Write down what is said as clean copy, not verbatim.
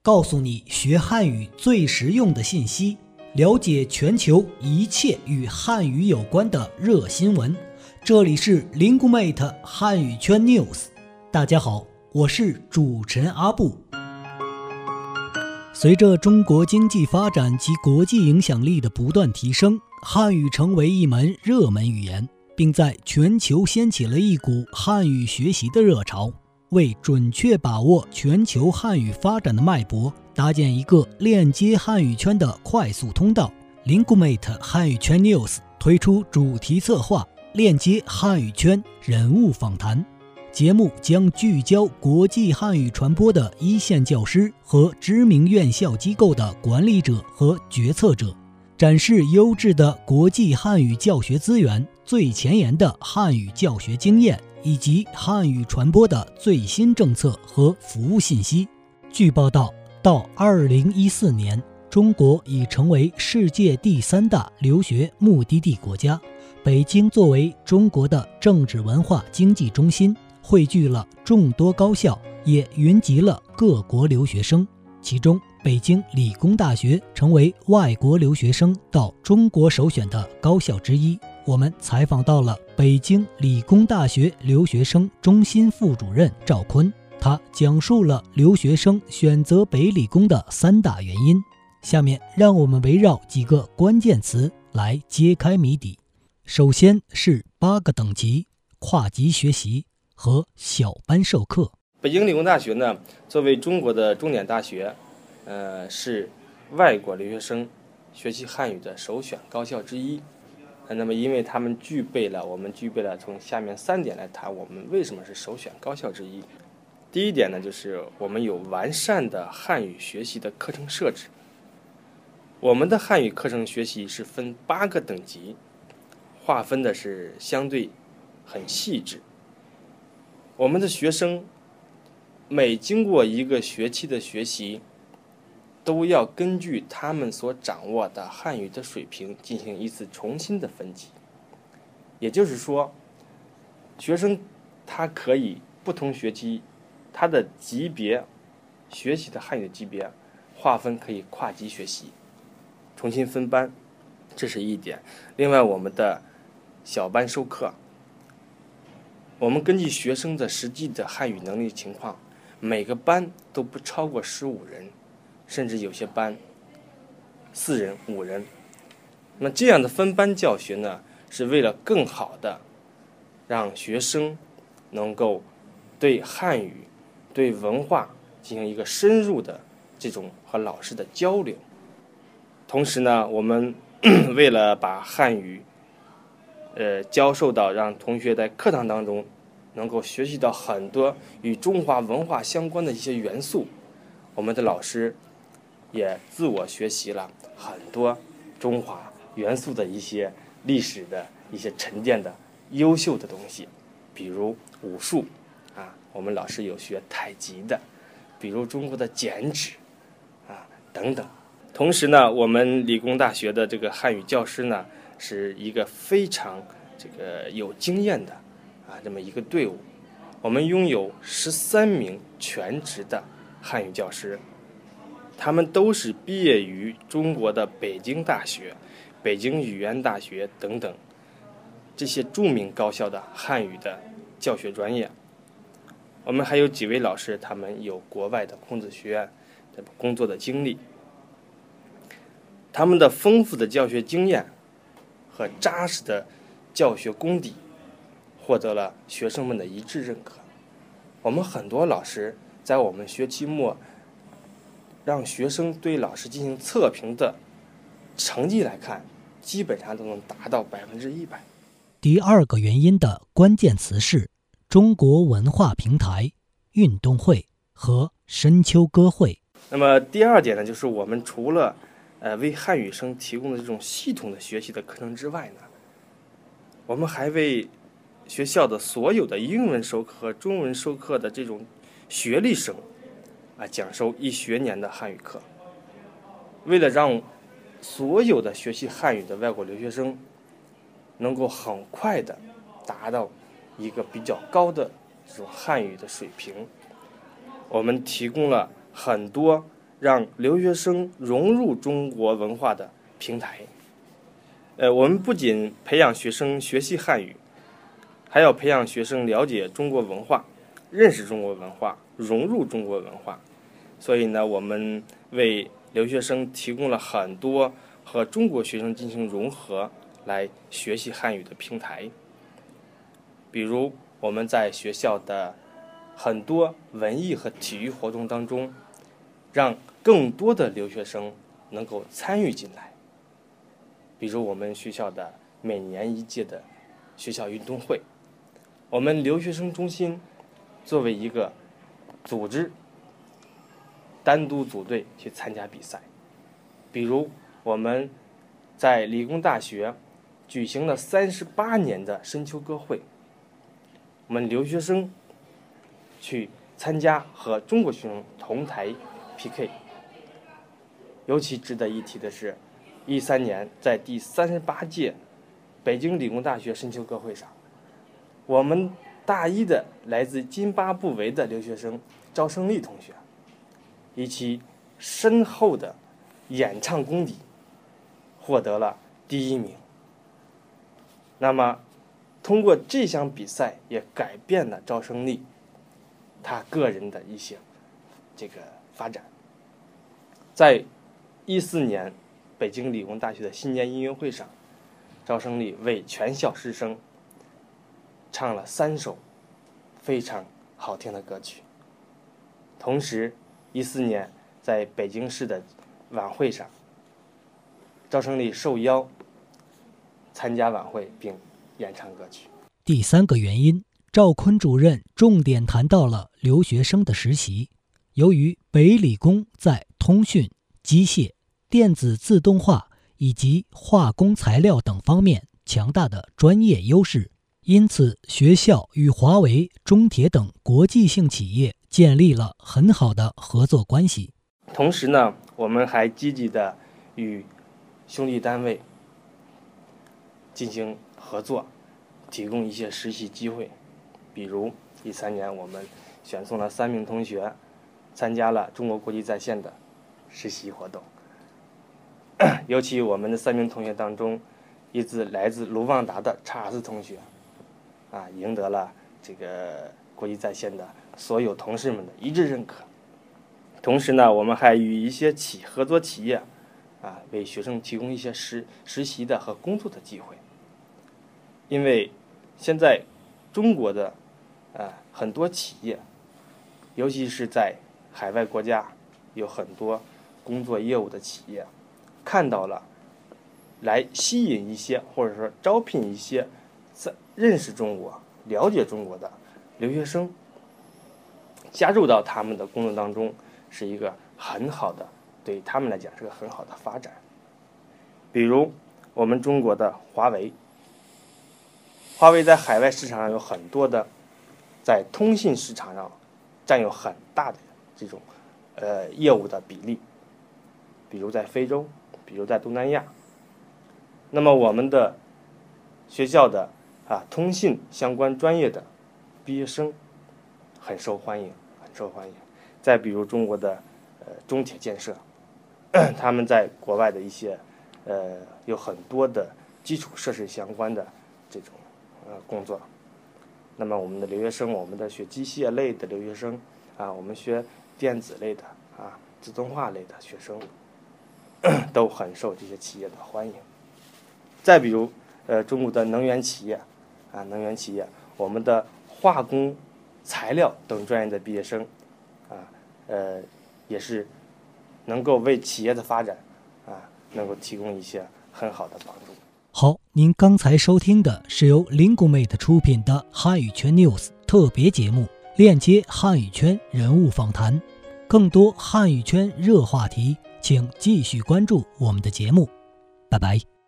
告诉你学汉语最实用的信息，了解全球一切与汉语有关的热新闻。这里是 Linguemate 汉语圈 News。 大家好，我是主持人阿布。随着中国经济发展及国际影响力的不断提升，汉语成为一门热门语言，并在全球掀起了一股汉语学习的热潮。为准确把握全球汉语发展的脉搏，搭建一个链接汉语圈的快速通道， Linguemate 汉语圈 News 推出主题策划链接汉语圈人物访谈。节目将聚焦国际汉语传播的一线教师和知名院校机构的管理者和决策者，展示优质的国际汉语教学资源、最前沿的汉语教学经验以及汉语传播的最新政策和服务信息。据报道，到2014年，中国已成为世界第3大留学目的地国家。北京作为中国的政治文化经济中心，汇聚了众多高校，也云集了各国留学生。其中，北京理工大学成为外国留学生到中国首选的高校之一。我们采访到了北京理工大学留学生中心副主任赵坤，他讲述了留学生选择北理工的3大原因。下面让我们围绕几个关键词来揭开谜底。首先是8个等级、跨级学习和小班授课。 北京理工大学呢，作为中国的重点大学，是外国留学生学习汉语的首选高校之一。那么因为我们具备了从下面3点来谈我们为什么是首选高校之一。第一点呢，就是我们有完善的汉语学习的课程设置。我们的汉语课程学习是分8个等级，划分的是相对很细致。我们的学生每经过一个学期的学习，都要根据他们所掌握的汉语的水平进行一次重新的分级。也就是说，学生他可以不同学期他的级别学习的汉语的级别划分，可以跨级学习，重新分班，这是一点。另外，我们的小班授课，我们根据学生的实际的汉语能力情况，每个班都不超过15人，甚至有些班4人、5人。那么这样的分班教学呢，是为了更好的让学生能够对汉语、对文化进行一个深入的这种和老师的交流。同时呢，我们为了把汉语教授到让同学在课堂当中能够学习到很多与中华文化相关的一些元素，我们的老师也自我学习了很多中华元素的一些历史的一些沉淀的优秀的东西，比如武术我们老师有学太极的，比如中国的剪纸等等。同时呢，我们理工大学的这个汉语教师呢，是一个非常有经验的这么一个队伍。我们拥有13名全职的汉语教师，他们都是毕业于中国的北京大学、北京语言大学等等这些著名高校的汉语的教学专业。我们还有几位老师，他们有国外的孔子学院的工作的经历，他们的丰富的教学经验和扎实的教学功底获得了学生们的一致认可。我们很多老师在我们学期末让学生对老师进行测评的成绩来看，基本上都能达到100%。 第2个原因的关键词是中国文化平台、运动会和深秋歌会。 那么第2点呢，就是我们除了为汉语生提供的这种系统的学习的课程之外呢，我们还为学校的所有的英文授课和中文授课的这种学历生讲授1学年的汉语课。为了让所有的学习汉语的外国留学生能够很快的达到一个比较高的这种汉语的水平，我们提供了很多让留学生融入中国文化的平台。我们不仅培养学生学习汉语，还要培养学生了解中国文化，认识中国文化，融入中国文化。所以呢，我们为留学生提供了很多和中国学生进行融合来学习汉语的平台。比如我们在学校的很多文艺和体育活动当中，让更多的留学生能够参与进来。比如我们学校的每年一届的学校运动会，我们留学生中心作为一个组织，单独组队去参加比赛。比如我们在理工大学举行了38年的深秋歌会，我们留学生去参加和中国学生同台 PK。 尤其值得一提的是13年在第38届北京理工大学深秋歌会上，我们大一的来自津巴布韦的留学生赵胜利同学，以其深厚的演唱功底获得了第1名。那么通过这项比赛也改变了赵胜利他个人的一些这个发展。在14年北京理工大学的新年音乐会上，赵胜利为全校师生唱了3首非常好听的歌曲。同时14年在北京市的晚会上，赵胜利受邀参加晚会并演唱歌曲。 第3个原因，赵坤主任重点谈到了留学生的实习。由于北理工在通讯、机械、电子自动化以及化工材料等方面强大的专业优势，因此学校与华为、中铁等国际性企业建立了很好的合作关系。 同时呢，我们还积极的与兄弟单位进行合作，提供一些实习机会。比如13年我们选送了3名同学参加了中国国际在线的实习活动。尤其我们的3名同学当中，一支来自卢旺达的查尔斯同学赢得了这个国际在线的所有同事们的一致认可。同时呢，我们还与一些合作企业为学生提供一些实习的和工作的机会。因为现在中国的很多企业，尤其是在海外国家有很多工作业务的企业，看到了来吸引一些或者说招聘一些认识中国、了解中国的留学生加入到他们的工作当中，是一个很好的，对他们来讲是个很好的发展。比如我们中国的华为在海外市场上有很多的，在通信市场上占有很大的这种业务的比例，比如在非洲，比如在东南亚。那么我们的学校的通信相关专业的毕业生很受欢迎。再比如中国的中铁建设，他们在国外的一些有很多的基础设施相关的这种工作。那么我们的留学生，我们的学机械类的留学生我们学电子类的自动化类的学生都很受这些企业的欢迎。再比如中国的能源企业我们的化工、材料等专业的毕业生也是能够为企业的发展能够提供一些很好的帮助。 好，您刚才收听的是由 Lingumate 出品的汉语圈 News 特别节目，链接汉语圈人物访谈。更多汉语圈热话题，请继续关注我们的节目。拜拜。